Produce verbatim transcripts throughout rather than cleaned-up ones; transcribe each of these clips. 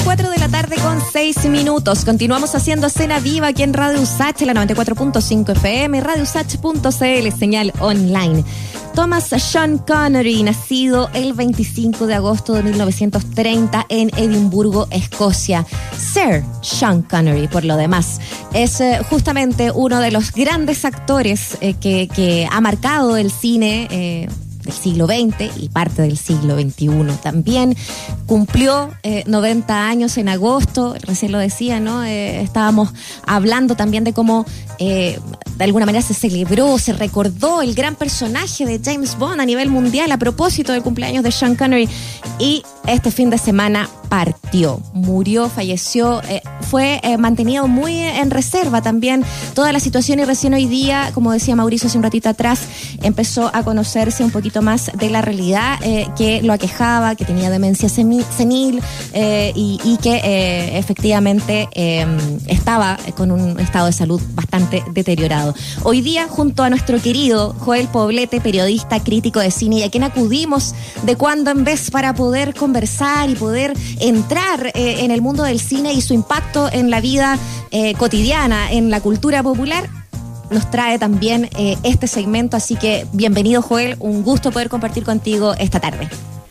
cuatro de la tarde con seis minutos. Continuamos haciendo escena viva aquí en Radio Usach, la noventa y cuatro punto cinco F M, radio usach punto c l, señal online. Thomas Sean Connery, nacido el veinticinco de agosto de mil novecientos treinta en Edimburgo, Escocia. Sir Sean Connery, por lo demás, es eh, justamente uno de los grandes actores eh, que, que ha marcado el cine eh, del siglo veinte y parte del siglo veintiuno también. Cumplió eh, noventa años en agosto, recién lo decía, ¿no? Eh, estábamos hablando también de cómo eh, de alguna manera se celebró, se recordó el gran personaje de James Bond a nivel mundial a propósito del cumpleaños de Sean Connery, y este fin de semana partió, murió, falleció, eh, fue eh, mantenido muy en reserva también toda la situación, y recién hoy día, como decía Mauricio hace un ratito atrás, empezó a conocerse un poquito más de la realidad eh, que lo aquejaba, que tenía demencia senil eh, y, y que eh, efectivamente eh, estaba con un estado de salud bastante deteriorado. Hoy día, junto a nuestro querido Joel Poblete, periodista, crítico de cine, y a quien acudimos de cuando en vez para poder conversar y poder entrar eh, en el mundo del cine y su impacto en la vida eh, cotidiana, en la cultura popular, nos trae también eh, este segmento. Así que bienvenido, Joel, un gusto poder compartir contigo esta tarde.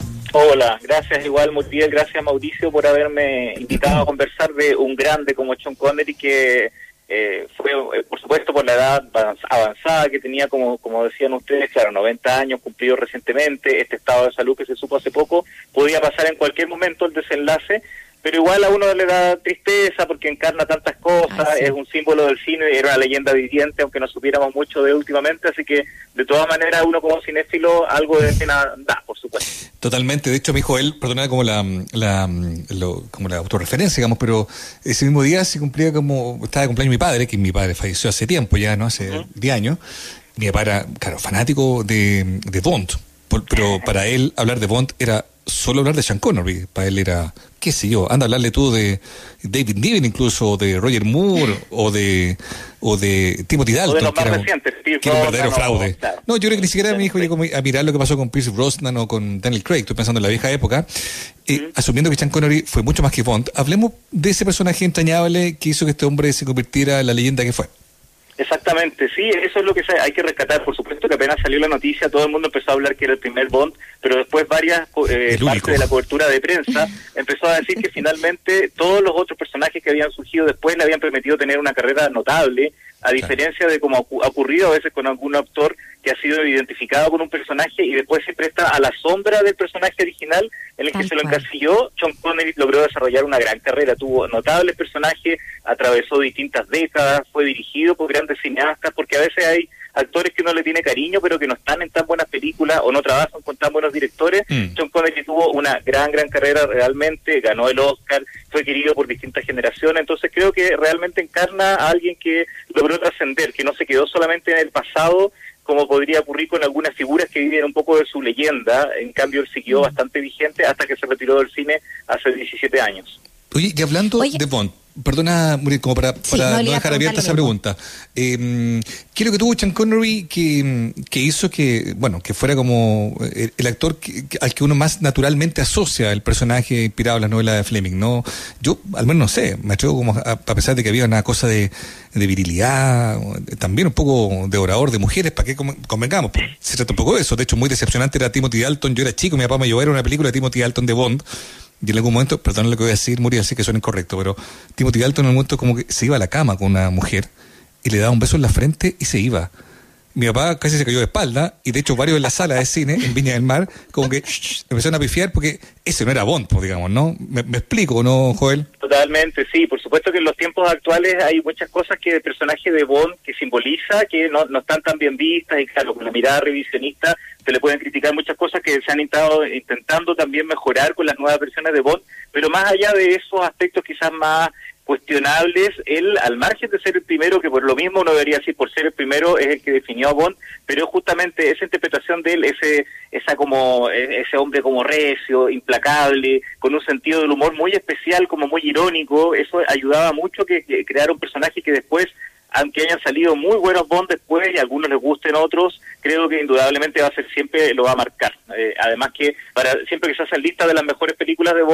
Hola, gracias igual, muy bien, gracias Mauricio por haberme invitado a conversar de un grande como Sean Connery, que eh, fue, eh, por supuesto, por la edad avanzada que tenía, como como decían ustedes, claro, noventa años, cumplido recientemente, este estado de salud que se supo hace poco, podía pasar en cualquier momento el desenlace, pero igual a uno le da tristeza porque encarna tantas cosas. Ay, sí. Es un símbolo del cine, era una leyenda viviente, aunque no supiéramos mucho de él últimamente, así que de todas maneras uno como cinéfilo algo de pena da, por supuesto. Totalmente, de hecho me dijo él, perdona como la, la lo, como la autorreferencia, digamos, pero ese mismo día se cumplía como, estaba de cumpleaños mi padre, que mi padre falleció hace tiempo ya, ¿no? Hace uh-huh. diez años. Mi papá era, claro, fanático de, de Bond, por, pero para él hablar de Bond era solo hablar de Sean Connery. Para él era, qué sé yo, anda a hablarle tú de David Niven, incluso, o de Roger Moore, o de o de Timothy Dalton, o de los más que, era, recientes, que era un verdadero no, fraude. Claro. No, yo creo que ni siquiera mi hijo llegó a mirar lo que pasó con Pierce Brosnan o con Daniel Craig, estoy pensando en la vieja época, eh, mm. asumiendo que Sean Connery fue mucho más que Bond. Hablemos de ese personaje entrañable que hizo que este hombre se convirtiera en la leyenda que fue. Exactamente, sí, eso es lo que hay que rescatar. Por supuesto que apenas salió la noticia, todo el mundo empezó a hablar que era el primer Bond, pero después varias eh, partes de la cobertura de prensa empezó a decir que finalmente todos los otros personajes que habían surgido después le habían permitido tener una carrera notable, a diferencia de como ha ocurrido a veces con algún actor que ha sido identificado con un personaje y después se presta a la sombra del personaje original en el que se lo encasilló. Sean Connery logró desarrollar una gran carrera, tuvo notables personajes, atravesó distintas décadas, fue dirigido por grandes cineastas, porque a veces hay actores que uno le tiene cariño pero que no están en tan buenas películas o no trabajan con tan buenos directores. mm. Sean Connery tuvo una gran gran carrera realmente, ganó el Oscar, fue querido por distintas generaciones, entonces creo que realmente encarna a alguien que logró trascender, que no se quedó solamente en el pasado como podría ocurrir con algunas figuras que viven un poco de su leyenda. En cambio él siguió mm. bastante vigente hasta que se retiró del cine hace diecisiete años. Oye, y hablando Oye. de Bond, perdona, Muriel, como para, sí, para no, no dejar abierta esa pregunta. Eh, ¿Qué es lo que tuvo Sean Connery que, que hizo que, bueno, que fuera como el, el actor que, que, al que uno más naturalmente asocia el personaje inspirado en las novelas de Fleming, ¿no? Yo, al menos no sé, me atrevo como a, a pesar de que había una cosa de, de virilidad, también un poco de orador de mujeres, ¿para qué convengamos? Pues, se trata un poco de eso. De hecho, muy decepcionante era Timothy Dalton. Yo era chico, mi papá me llevó a ver una película de Timothy Dalton de Bond. Y en algún momento, perdón lo que voy a decir, Muriel, sé que suena incorrecto, pero Timothy Dalton en un momento como que se iba a la cama con una mujer y le daba un beso en la frente y se iba. Mi papá casi se cayó de espalda, y de hecho varios en la sala de cine en Viña del Mar como que shh, empezaron a pifiar porque ese no era Bond, pues, digamos, ¿no? ¿Me, me explico, no, Joel? Totalmente, sí. Por supuesto que en los tiempos actuales hay muchas cosas que el personaje de Bond que simboliza que no, no están tan bien vistas, y claro, con la mirada revisionista se le pueden criticar muchas cosas que se han estado intentando también mejorar con las nuevas versiones de Bond, pero más allá de esos aspectos quizás más cuestionables, él, al margen de ser el primero, que por lo mismo uno debería decir por ser el primero es el que definió a Bond, pero justamente esa interpretación de él, ese esa como ese hombre como recio, implacable, con un sentido del humor muy especial, como muy irónico, eso ayudaba mucho que, que creara un personaje que después, aunque hayan salido muy buenos Bond después y a algunos les gusten otros, creo que indudablemente va a ser siempre, lo va a marcar. Eh, además que para siempre que se hacen listas de las mejores películas de Bond,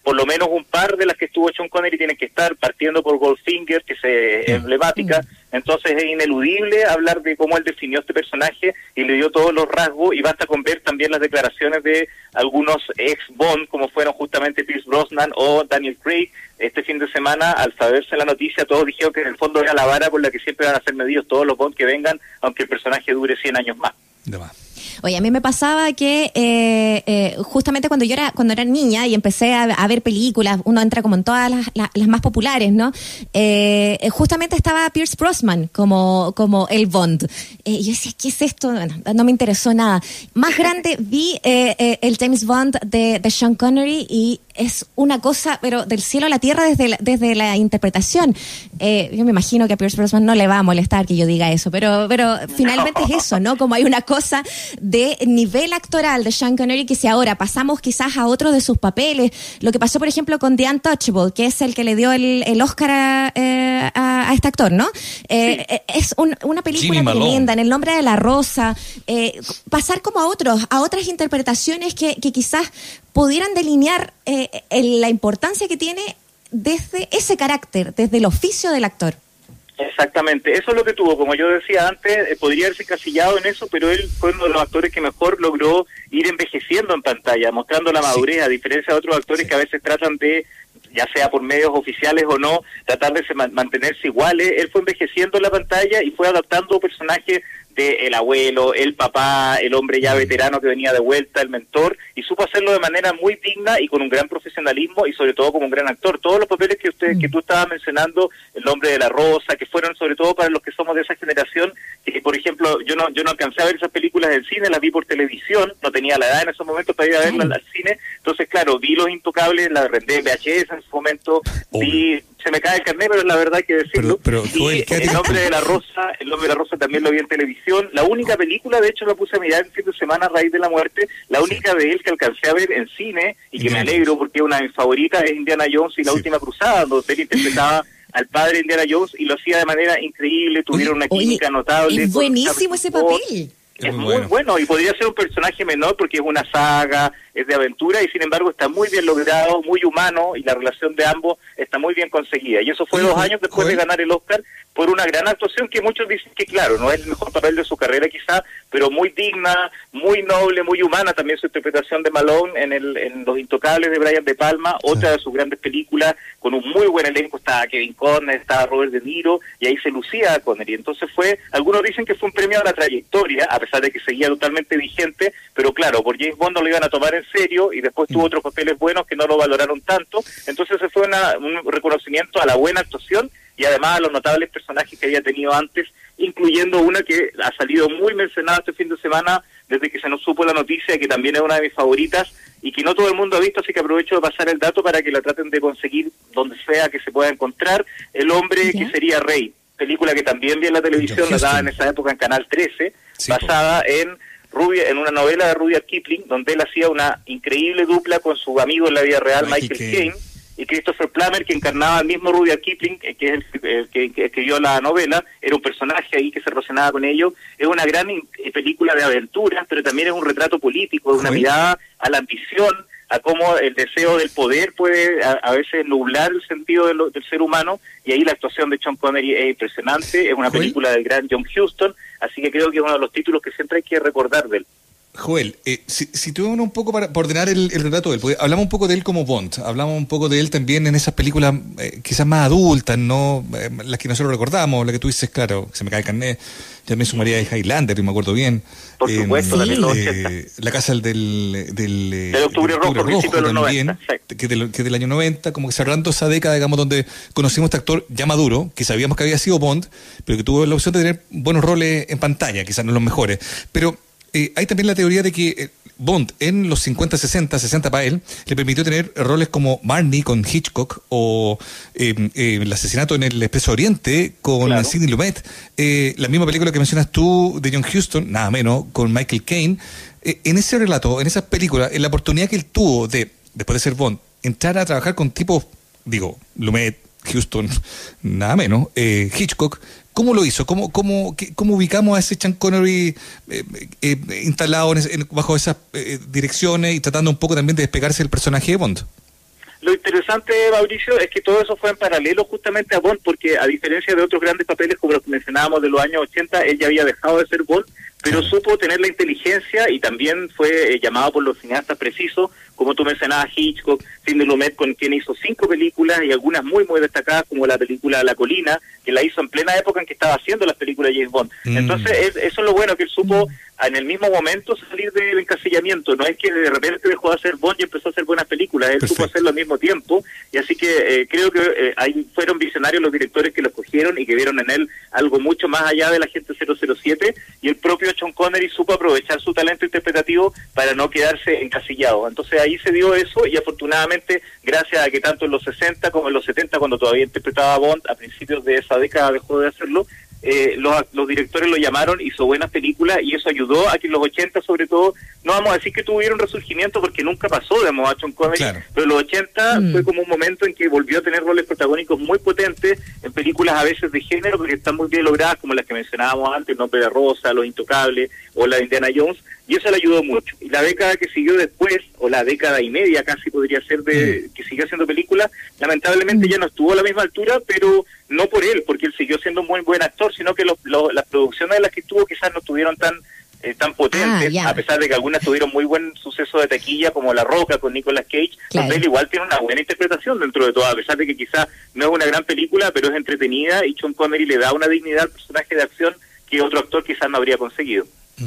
por lo menos un par de las que estuvo Sean Connery tienen que estar, partiendo por Goldfinger, que es mm. emblemática. Entonces es ineludible hablar de cómo él definió este personaje y le dio todos los rasgos, y basta con ver también las declaraciones de algunos ex-Bond, como fueron justamente Pierce Brosnan o Daniel Craig. Este fin de semana, al saberse la noticia, todos dijeron que en el fondo era la vara por la que siempre van a ser medidos todos los Bond que vengan, aunque el personaje dure cien años más. De más. Oye, a mí me pasaba que eh, eh, justamente cuando yo era cuando era niña y empecé a, a ver películas, uno entra como en todas las, las, las más populares, ¿no? Eh, justamente estaba Pierce Brosnan como, como el Bond. Eh, y yo decía, ¿qué es esto? Bueno, no me interesó nada. Más grande vi eh, eh, el James Bond de, de Sean Connery y es una cosa, pero del cielo a la tierra desde la, desde la interpretación. Eh, yo me imagino que a Pierce Brosnan no le va a molestar que yo diga eso, pero, pero finalmente es eso, ¿no? Como hay una cosa de nivel actoral de Sean Connery que si ahora pasamos quizás a otro de sus papeles, lo que pasó por ejemplo con The Untouchable, que es el que le dio el, el Oscar a, eh, a, a este actor, ¿no? Eh, sí. Es un, una película tremenda, En el nombre de la rosa, eh, pasar como a otros, a otras interpretaciones que, que quizás pudieran delinear eh, la importancia que tiene desde ese carácter, desde el oficio del actor. Exactamente, eso es lo que tuvo, como yo decía antes, eh, podría haberse encasillado en eso, pero él fue uno de los actores que mejor logró ir envejeciendo en pantalla, mostrando la madurez, sí. a diferencia de otros actores sí. que a veces tratan de, ya sea por medios oficiales o no, tratar de se man- mantenerse iguales. Él fue envejeciendo en la pantalla y fue adaptando personajes de el abuelo, el papá, el hombre ya veterano que venía de vuelta, el mentor, y supo hacerlo de manera muy digna y con un gran profesionalismo y sobre todo como un gran actor. Todos los papeles que usted, que tú estabas mencionando, El nombre de la rosa, que fueron sobre todo para los que somos de esa generación, que por ejemplo yo no yo no alcancé a ver esas películas en cine, las vi por televisión, no tenía la edad en esos momentos para ir a verlas al cine, entonces claro, vi Los Intocables, la rendé en V H S en su momento, oh. vi se me cae el carnet, pero es la verdad hay que decirlo. Pero, pero y el, el nombre de la rosa, el nombre de la rosa también lo vi en televisión. La única película, de hecho, la puse a mirar el fin de semana a raíz de la muerte. La única sí. de él que alcancé a ver en cine y que Indiana me alegro porque es una de mis favoritas es Indiana Jones y la sí. última cruzada, donde él interpretaba al padre Indiana Jones y lo hacía de manera increíble. Tuvieron oye, una química oye, notable. Es buenísimo ese papel. Es, es muy bueno. bueno y podría ser un personaje menor porque es una saga, es de aventura y sin embargo está muy bien logrado, muy humano y la relación de ambos está muy bien conseguida. Y eso fue dos años después de ganar el Oscar por una gran actuación que muchos dicen que claro, no es el mejor papel de su carrera quizá, pero muy digna, muy noble, muy humana también su interpretación de Malone en, el, en Los Intocables de Brian De Palma, otra sí. de sus grandes películas con un muy buen elenco, estaba Kevin Conner, estaba Robert De Niro y ahí se lucía a Connery. Entonces fue, algunos dicen que fue un premio a la trayectoria, a pesar de que seguía totalmente vigente, pero claro, por James Bond no lo iban a tomar en serio y después tuvo otros papeles buenos que no lo valoraron tanto, entonces ese fue una, un reconocimiento a la buena actuación y además a los notables personajes que había tenido antes, incluyendo una que ha salido muy mencionada este fin de semana desde que se nos supo la noticia, que también es una de mis favoritas y que no todo el mundo ha visto, así que aprovecho de pasar el dato para que la traten de conseguir donde sea que se pueda encontrar. El hombre ¿Ya? que sería rey, película que también vi en la televisión, la daba en esa época en Canal trece, sí, basada pues. en Rubia, en una novela de Rudyard Kipling, donde él hacía una increíble dupla con su amigo en la vida real, Michael, Michael Caine, y Christopher Plummer, que encarnaba al mismo Rudyard Kipling, que es el, el, que, que escribió la novela, era un personaje ahí que se relacionaba con ello. Es una gran película de aventuras, pero también es un retrato político, una mirada a la ambición, a cómo el deseo del poder puede a, a veces nublar el sentido de lo, del ser humano, y ahí la actuación de Sean Connery es impresionante, es una película del gran John Huston, así que creo que es uno de los títulos que siempre hay que recordar de él. Joel, eh, si, si tuve un poco para ordenar el, el relato de él, porque hablamos un poco de él como Bond, hablamos un poco de él también en esas películas eh, quizás más adultas, no eh, las que nosotros recordamos, la que tú dices, claro, se me cae el carnet, también sumaría de Highlander, y me acuerdo bien. Por eh, supuesto, también los ochenta. Eh, la casa del... del, del de Octubre, Rojo, Octubre Rojo de los también, noventa, que, del, que del año noventa, como que cerrando esa década, digamos, donde conocimos a este actor ya maduro, que sabíamos que había sido Bond, pero que tuvo la opción de tener buenos roles en pantalla, quizás no los mejores, pero eh, hay también la teoría de que eh, Bond en los cincuenta, sesenta, sesenta para él le permitió tener roles como Marnie con Hitchcock o eh, eh, el asesinato en el Expreso Oriente con claro. Sidney Lumet, eh, la misma película que mencionas tú de John Huston, nada menos, con Michael Caine. Eh, en ese relato, en esas películas, en la oportunidad que él tuvo de, después de ser Bond, entrar a trabajar con tipos, digo, Lumet, Huston, nada menos, eh, Hitchcock, ¿cómo lo hizo? ¿Cómo, cómo, qué, cómo ubicamos a ese Sean Connery eh, eh, instalado en, en, bajo esas eh, direcciones y tratando un poco también de despegarse del personaje de Bond? Lo interesante, Mauricio, es que todo eso fue en paralelo justamente a Bond, porque a diferencia de otros grandes papeles como los que mencionábamos de los años ochenta, él ya había dejado de ser Bond, pero sí. supo tener la inteligencia y también fue eh, llamado por los cineastas precisos, como tú mencionabas, Hitchcock, Sidney Lumet, con quien hizo cinco películas y algunas muy, muy destacadas, como la película La Colina, que la hizo en plena época en que estaba haciendo las películas de James Bond. Mm. Entonces, es, eso es lo bueno, que él supo en el mismo momento salir del encasillamiento. No es que de repente dejó de hacer Bond y empezó a hacer buenas películas, él Perfecto. supo hacerlo al mismo tiempo, y así que eh, creo que eh, ahí fueron visionarios los directores que lo escogieron y que vieron en él algo mucho más allá del agente cero cero siete, y el propio Sean Connery supo aprovechar su talento interpretativo para no quedarse encasillado. Entonces ahí se dio eso, y afortunadamente, gracias a que tanto en los sesenta como en los setenta, cuando todavía interpretaba a Bond, a principios de esa década dejó de hacerlo, Eh, los, los directores lo llamaron, hizo buenas películas, y eso ayudó a que en los ochenta, sobre todo, no vamos a decir que tuviera un resurgimiento porque nunca pasó de moda Sean Connery, claro. pero en los ochenta mm. fue como un momento en que volvió a tener roles protagónicos muy potentes en películas a veces de género, porque están muy bien logradas, como las que mencionábamos antes, Nombre de Rosa, Los Intocables o la de Indiana Jones, y eso le ayudó mucho. Y la década que siguió después, o la década y media casi podría ser, de mm. que siguió haciendo películas, lamentablemente mm. ya no estuvo a la misma altura, pero no por él, porque él siguió siendo un muy buen actor, sino que lo, lo, las producciones de las que estuvo quizás no estuvieron tan eh, tan potentes, ah, yeah. a pesar de que algunas tuvieron muy buen suceso de taquilla, como La Roca con Nicolas Cage, claro. donde él igual tiene una buena interpretación dentro de todo, a pesar de que quizás no es una gran película, pero es entretenida, y Sean Connery le da una dignidad al personaje de acción que otro actor quizás no habría conseguido.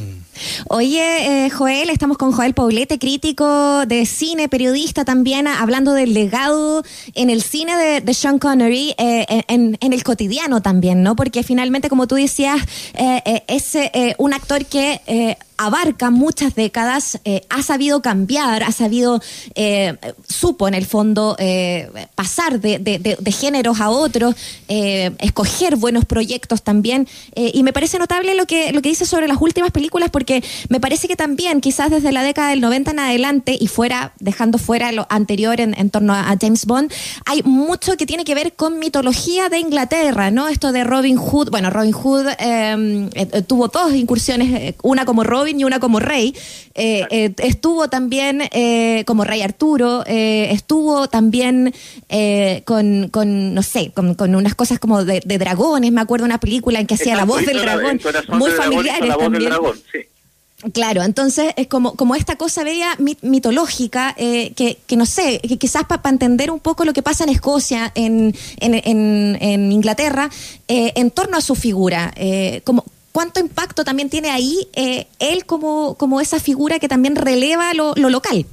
Oye, eh, Joel, estamos con Joel Poblete, crítico de cine, periodista también, hablando del legado en el cine de, de Sean Connery, eh, en, en el cotidiano también, ¿no? Porque finalmente, como tú decías, eh, eh, es eh, un actor que eh, abarca muchas décadas, eh, ha sabido cambiar, ha sabido, eh, supo en el fondo eh, pasar de, de, de, de géneros a otros, eh, escoger buenos proyectos también, eh, y me parece notable lo que, lo que dice sobre las últimas películas, porque me parece que también quizás desde la década del noventa en adelante, y fuera, dejando fuera lo anterior en, en torno a, a James Bond, hay mucho que tiene que ver con mitología de Inglaterra, ¿no? Esto de Robin Hood, bueno, Robin Hood eh, eh, tuvo dos incursiones, una como Robin y una como rey, eh, eh, estuvo también eh, como rey Arturo, eh, estuvo también eh, con, con, no sé, con, con unas cosas como de, de dragones, me acuerdo una película en que hacía la voz del dragón, muy familiares también. Dragón, sí. Claro, entonces es como, como esta cosa bella mit, mitológica, eh, que, que no sé, que quizás para pa entender un poco lo que pasa en Escocia, en, en, en, en Inglaterra, eh, en torno a su figura, eh, como ¿cuánto impacto también tiene ahí eh, él como, como esa figura que también releva lo, lo local?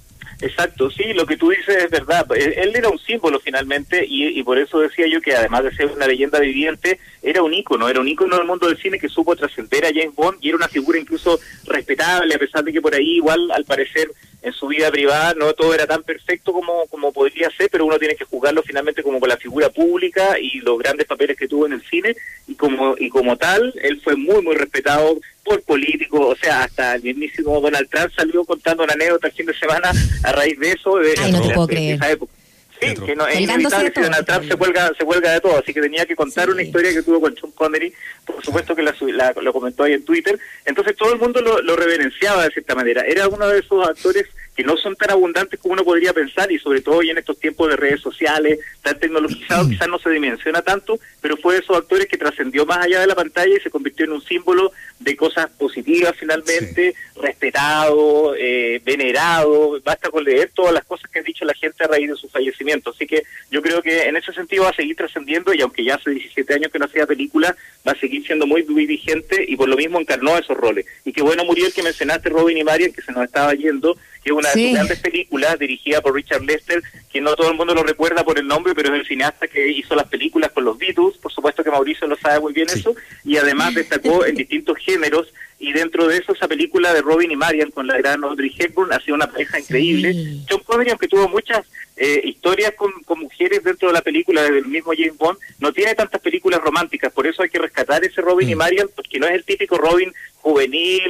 Exacto, sí, lo que tú dices es verdad. Él era un símbolo finalmente, y, y por eso decía yo que además de ser una leyenda viviente, era un ícono, era un ícono del mundo del cine que supo trascender a James Bond, y era una figura incluso respetable, a pesar de que por ahí igual, al parecer, en su vida privada no todo era tan perfecto como, como podría ser, pero uno tiene que juzgarlo finalmente como con la figura pública y los grandes papeles que tuvo en el cine, y como y como tal, él fue muy, muy respetado por políticos, o sea, hasta el mismísimo Donald Trump salió contando una anécdota el fin de semana a raíz de eso, de, Ay, no te de, puedo de, creer. de esa época. Sí, que no, es inevitable que Donald Trump se cuelga, se cuelga de todo, así que tenía que contar sí. una historia que tuvo con Sean Connery, por supuesto que la, la, lo comentó ahí en Twitter, entonces todo el mundo lo, lo reverenciaba de cierta manera, era uno de esos actores que no son tan abundantes como uno podría pensar, y sobre todo hoy en estos tiempos de redes sociales, tan tecnologizados, quizás no se dimensiona tanto, pero fue de esos actores que trascendió más allá de la pantalla y se convirtió en un símbolo de cosas positivas finalmente, sí. respetado, eh, venerado, basta con leer todas las cosas que ha dicho la gente a raíz de su fallecimiento, así que yo creo que en ese sentido va a seguir trascendiendo, y aunque ya hace diecisiete años que no hacía película, va a seguir siendo muy, muy vigente, y por lo mismo encarnó esos roles. Y qué bueno murió el que mencionaste, Robin y Marian, que se nos estaba yendo, que es una sí. de sus grandes películas, dirigida por Richard Lester, que no todo el mundo lo recuerda por el nombre, pero es el cineasta que hizo las películas con los Beatles, por supuesto que Mauricio lo sabe muy bien sí. eso, y además destacó en distintos géneros, y dentro de eso esa película de Robin y Marian con la gran Audrey Hepburn ha sido una pareja increíble. Sí. Sean Connery, aunque tuvo muchas eh, historias con, con mujeres dentro de la película del mismo James Bond, no tiene tantas películas románticas, por eso hay que rescatar ese Robin mm. y Marian, porque no es el típico Robin juvenil,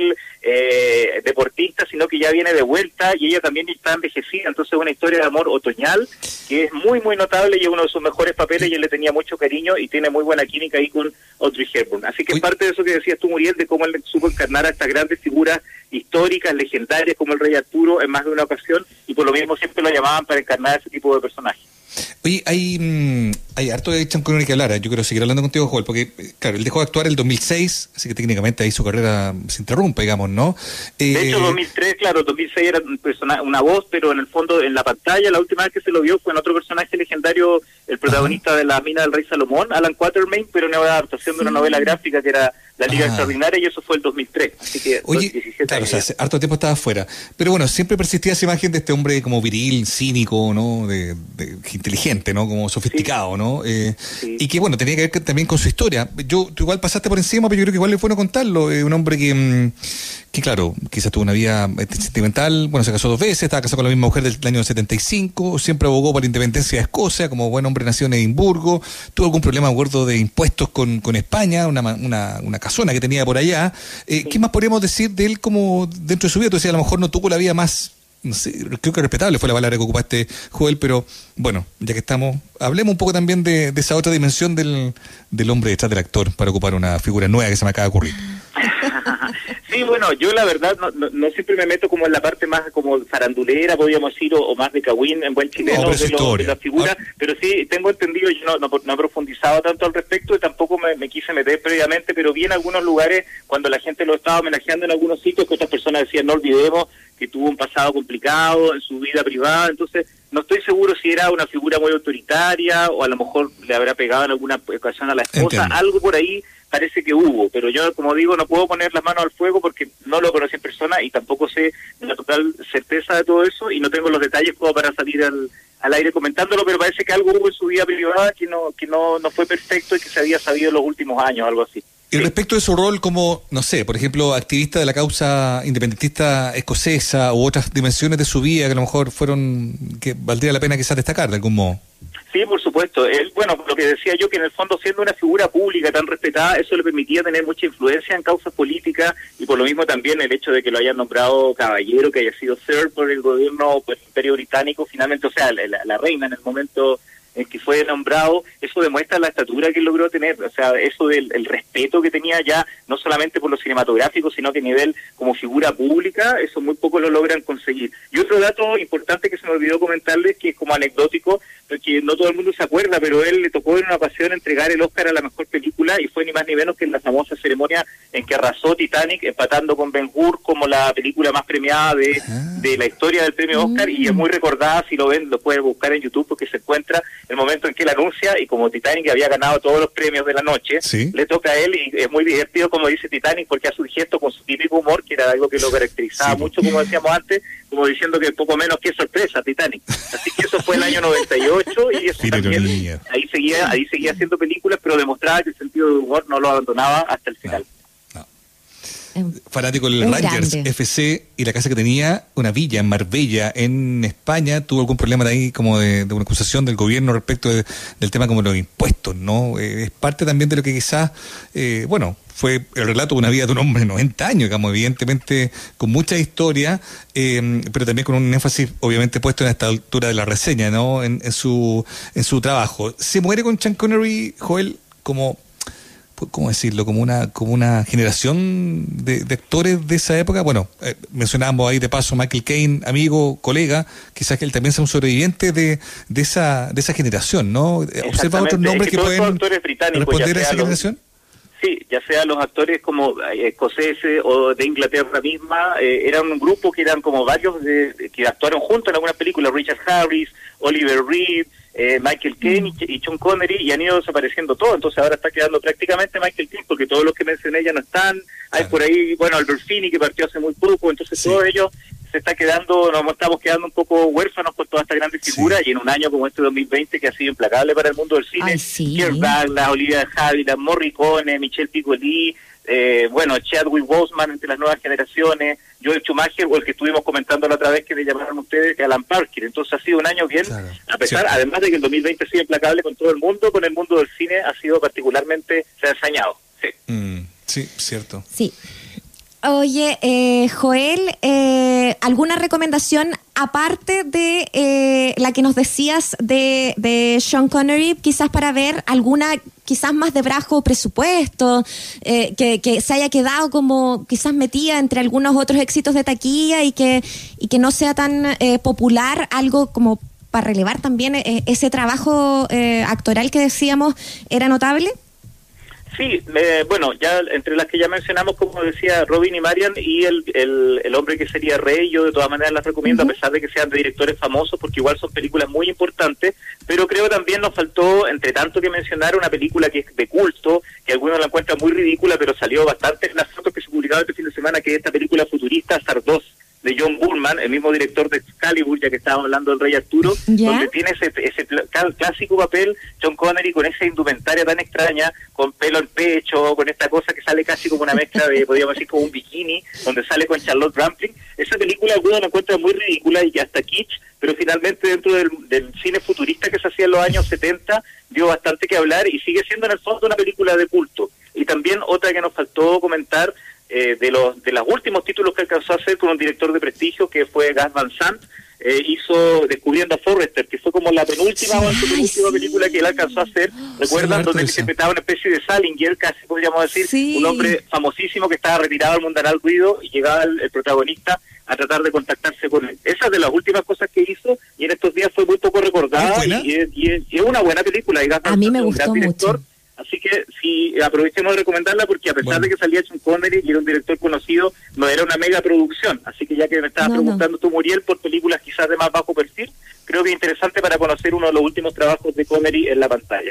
eh, deportista, sino que ya viene de vuelta y ella también está envejecida, entonces es una historia de amor otoñal que es muy muy notable y es uno de sus mejores papeles y él le tenía mucho cariño y tiene muy buena química ahí con Audrey Hepburn. Así que es parte de eso que decías tú, Muriel, de cómo él supo encarnar a estas grandes figuras históricas, legendarias como el Rey Arturo en más de una ocasión y por lo mismo siempre lo llamaban para encarnar ese tipo de personajes. Oye, hay, mmm, hay harto de Sean Connery que hablar. Yo quiero seguir hablando contigo, Joel, porque, claro, él dejó de actuar en el dos mil seis, así que técnicamente ahí su carrera se interrumpe, digamos, ¿no? Eh, de hecho, dos mil tres, claro, dos mil seis era un persona, una voz, pero en el fondo, en la pantalla, la última vez que se lo vio fue en otro personaje legendario, el protagonista Ajá. de La Mina del Rey Salomón, Alan Quatermain, pero en una adaptación sí. de una novela gráfica que era La Liga ah. Extraordinaria, y eso fue el dos mil tres. Así que, Oye, diecisiete claro, años. o sea, hace harto tiempo estaba afuera. Pero bueno, siempre persistía esa imagen de este hombre como viril, cínico, ¿no? De, de inteligente, ¿no? Como sofisticado, sí. ¿no? Eh, sí. Y que, bueno, tenía que ver también con su historia. Yo, tú igual pasaste por encima, pero yo creo que igual es bueno contarlo. Eh, un hombre que, que, claro, quizás tuvo una vida sentimental, bueno, se casó dos veces, estaba casado con la misma mujer del año setenta y cinco, siempre abogó por la independencia de Escocia, como buen hombre nació en Edimburgo, tuvo algún problema, me acuerdo, de impuestos con, con España, una, una, una casona que tenía por allá. Eh, sí. ¿Qué más podríamos decir de él como dentro de su vida? Tú decías, a lo mejor no tuvo la vida más, no sé, creo que respetable fue la palabra que ocupaste, Joel, pero bueno, ya que estamos, hablemos un poco también de, de esa otra dimensión del, del hombre detrás del actor, para ocupar una figura nueva que se me acaba de ocurrir. Sí, bueno, yo la verdad no, no, no siempre me meto como en la parte más como farandulera, podríamos decir, o, o más de cagüín en buen chileno no, de, lo, de la figura, ah. pero sí, tengo entendido, yo no, no, no he profundizado tanto al respecto y tampoco me, me quise meter previamente, pero vi en algunos lugares, cuando la gente lo estaba homenajeando en algunos sitios, que otras personas decían, no olvidemos que tuvo un pasado complicado en su vida privada, entonces no estoy seguro si era una figura muy autoritaria o a lo mejor le habrá pegado en alguna ocasión a la esposa, Entiendo. Algo por ahí parece que hubo, pero yo, como digo, no puedo poner las manos al fuego porque no lo conocí en persona y tampoco sé la total certeza de todo eso y no tengo los detalles como para salir al, al aire comentándolo, pero parece que algo hubo en su vida privada que no que no, no fue perfecto y que se había sabido en los últimos años, algo así. Y respecto de su rol como, no sé, por ejemplo, activista de la causa independentista escocesa u otras dimensiones de su vida que a lo mejor fueron, que valdría la pena quizás destacar de algún modo. Sí, por supuesto. Él, bueno, lo que decía yo, que en el fondo siendo una figura pública tan respetada, eso le permitía tener mucha influencia en causas políticas y por lo mismo también el hecho de que lo hayan nombrado caballero, que haya sido Sir por el gobierno, pues, Imperio Británico, finalmente, o sea, la, la reina en el momento en que fue nombrado, eso demuestra la estatura que él logró tener, o sea, eso del el respeto que tenía ya, no solamente por lo cinematográfico, sino que a nivel como figura pública, eso muy pocos lo logran conseguir. Y otro dato importante que se me olvidó comentarles, que es como anecdótico, porque no todo el mundo se acuerda, pero él le tocó en una ocasión entregar el Oscar a la mejor película y fue ni más ni menos que en la famosa ceremonia en que arrasó Titanic, empatando con Ben-Hur como la película más premiada de, de la historia del premio Oscar, y es muy recordada, si lo ven, lo pueden buscar en YouTube porque se encuentra el momento en que él anuncia, y como Titanic había ganado todos los premios de la noche, ¿sí? Le toca a él, y es muy divertido como dice Titanic, porque hace un gesto con su típico humor, que era algo que lo caracterizaba sí. mucho, como decíamos antes, como diciendo que poco menos que sorpresa, Titanic. Así que eso fue el año noventa y ocho, y eso también, ahí seguía ahí seguía haciendo películas, pero demostraba que el sentido de humor no lo abandonaba hasta el final. No, no. Fanático del Rangers grande. F C y la casa que tenía, una villa en Marbella, en España. Tuvo algún problema de ahí, como de, de una acusación del gobierno respecto de, del tema como los impuestos, ¿no? Eh, es parte también de lo que quizás, eh, bueno, fue el relato de una vida de un hombre de noventa años, digamos, evidentemente con mucha historia, eh, pero también con un énfasis obviamente puesto en esta altura de la reseña, ¿no? En, en su en su trabajo. Se muere con Sean Connery, Joel, como, ¿cómo decirlo? Como una como una generación de, de actores de esa época. Bueno, eh, mencionábamos ahí de paso Michael Caine, amigo, colega, quizás que él también sea un sobreviviente de, de esa de esa generación, ¿no? ¿Observa otros nombres es que, que pueden responder a esa generación? Sí, ya sea los actores como eh, escoceses o de Inglaterra misma, eh, eran un grupo que eran como varios de, de, que actuaron juntos en algunas películas, Richard Harris, Oliver Reed, eh, Michael Caine y, y Sean Connery, y han ido desapareciendo todos, entonces ahora está quedando prácticamente Michael Caine, porque todos los que mencioné ya no están, hay por ahí, bueno, Albert Finney que partió hace muy poco, entonces sí. todos ellos se está quedando, nos estamos quedando un poco huérfanos con todas estas grandes figuras, sí. y en un año como este dos mil veinte que ha sido implacable para el mundo del cine, Ay, sí. Kirk Douglas, Olivia Havilland, Morricone, Michel Piccoli, eh, bueno, Chadwick Boseman entre las nuevas generaciones, Joel Schumacher, o el que estuvimos comentando la otra vez que le llamaron ustedes, que Alan Parker. Entonces ha sido un año bien, claro. a pesar, sí. además de que el dos mil veinte ha sido implacable con todo el mundo, con el mundo del cine ha sido particularmente, se ha ensañado. Sí, mm, sí, cierto. Sí. Oye, eh, Joel, eh, ¿alguna recomendación aparte de eh, la que nos decías de, de Sean Connery, quizás para ver alguna, quizás más de bajo presupuesto, eh, que, que se haya quedado como quizás metida entre algunos otros éxitos de taquilla y que, y que no sea tan eh, popular, algo como para relevar también eh, ese trabajo eh, actoral que decíamos era notable? Sí, eh, bueno, ya entre las que ya mencionamos, como decía Robin y Marian, y el, el, el hombre que sería Rey, yo de todas maneras las recomiendo, uh-huh. a pesar de que sean de directores famosos, porque igual son películas muy importantes, pero creo también nos faltó, entre tanto que mencionar, una película que es de culto, que algunos la encuentran muy ridícula, pero salió bastante en las fotos que se publicaron este fin de semana, que es esta película futurista, Stardust, de John Boorman, el mismo director de Excalibur, ya que estábamos hablando del Rey Arturo, ¿ya? Donde tiene ese, ese clásico papel, Sean Connery, con esa indumentaria tan extraña, con pelo en pecho, con esta cosa que sale casi como una mezcla de, podríamos decir, como un bikini, donde sale con Charlotte Rampling. Esa película algunos la encuentran muy ridícula y hasta kitsch, pero finalmente dentro del, del cine futurista que se hacía en los años setenta, dio bastante que hablar y sigue siendo en el fondo una película de culto. Y también otra que nos faltó comentar, Eh, de los de los últimos títulos que alcanzó a hacer con un director de prestigio que fue Gus Van Sant, eh, hizo Descubriendo a Forrester, que fue como la penúltima o penúltima sí. película que él alcanzó a hacer, recuerdan, sí, donde él interpretaba una especie de Salinger, casi podríamos decir, sí. un hombre famosísimo que estaba retirado al mundanal ruido y llegaba el, el protagonista a tratar de contactarse con él. Esa es de las últimas cosas que hizo y en estos días fue muy poco recordada y es, y, es, y es una buena película. Y Gus Van a mí me Sant, gustó mucho. Así que sí, aprovechemos de recomendarla porque a pesar bueno. de que salía Sean Connery y era un director conocido, no era una mega producción. Así que ya que me estabas no, preguntando no. tú, Muriel, por películas quizás de más bajo perfil, creo que es interesante para conocer uno de los últimos trabajos de Connery en la pantalla.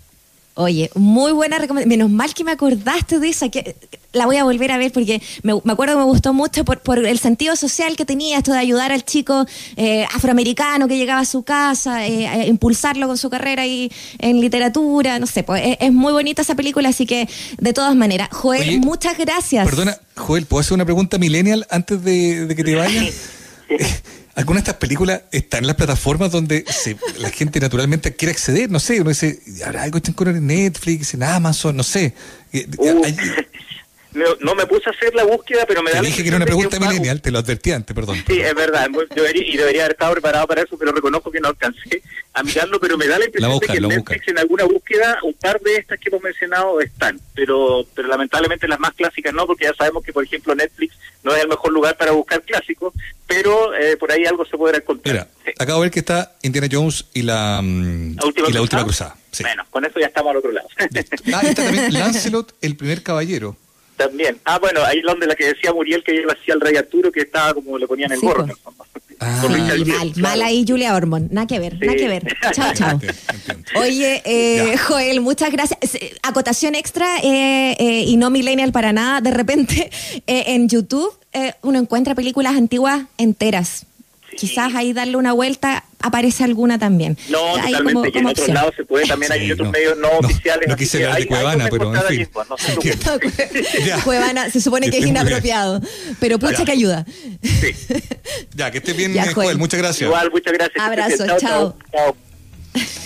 Oye, muy buena recomendación. Menos mal que me acordaste de esa, que la voy a volver a ver porque me, me acuerdo que me gustó mucho por, por el sentido social que tenía, esto de ayudar al chico eh, afroamericano que llegaba a su casa, eh, a impulsarlo con su carrera y en literatura, no sé, pues es, es muy bonita esa película, así que de todas maneras. Joel, Oye, muchas gracias. Perdona, Joel, ¿puedo hacer una pregunta millennial antes de, de que te vayas? ¿Alguna de estas películas están en las plataformas donde se, la gente naturalmente quiere acceder? No sé, uno dice, ¿habrá algo en Netflix, en Amazon? No sé. Uh, Hay, no, no me puse a hacer la búsqueda, pero me te da dije que era una pregunta millennial, te lo advertí antes, perdón. Sí, perdón. es verdad, debería, y debería haber estado preparado para eso, pero reconozco que no alcancé a mirarlo, pero me da la impresión busca, de que en Netflix busca. En alguna búsqueda un par de estas que hemos mencionado están, pero pero lamentablemente las más clásicas no, porque ya sabemos que, por ejemplo, Netflix no es el mejor lugar para buscar clásicos, pero eh, por ahí algo se podrá encontrar. Mira, sí. Acabo de ver que está Indiana Jones y la, um, ¿La última, y la cruzada? última cruzada. Sí. Bueno, con eso ya estamos al otro lado. Ah, está también Lancelot, el primer caballero. También. Ah, bueno, ahí donde la que decía Muriel que ella hacía al Rey Arturo, que estaba como le ponían el sí, gorro. Pues. Ah, sí, mal, mal claro. Ahí Julia Ormond, nada que ver, sí. nada que ver. Chao, chao. Oye, eh, Joel, muchas gracias. Acotación extra, eh, eh, y no millennial para nada, de repente eh, en YouTube eh, uno encuentra películas antiguas enteras. Sí. Quizás ahí darle una vuelta, aparece alguna también. No, ahí totalmente, como, y en otros lados se puede, también sí, hay otros no, medios no, no oficiales. No quise hablar de Cuevana, pero en fin. Mismo, no se Cuevana se supone que es inapropiado, pero pucha que ayuda. Sí. Ya, que esté bien, ya, Joel, muchas gracias. Igual, muchas gracias. Abrazo, chao. Chao.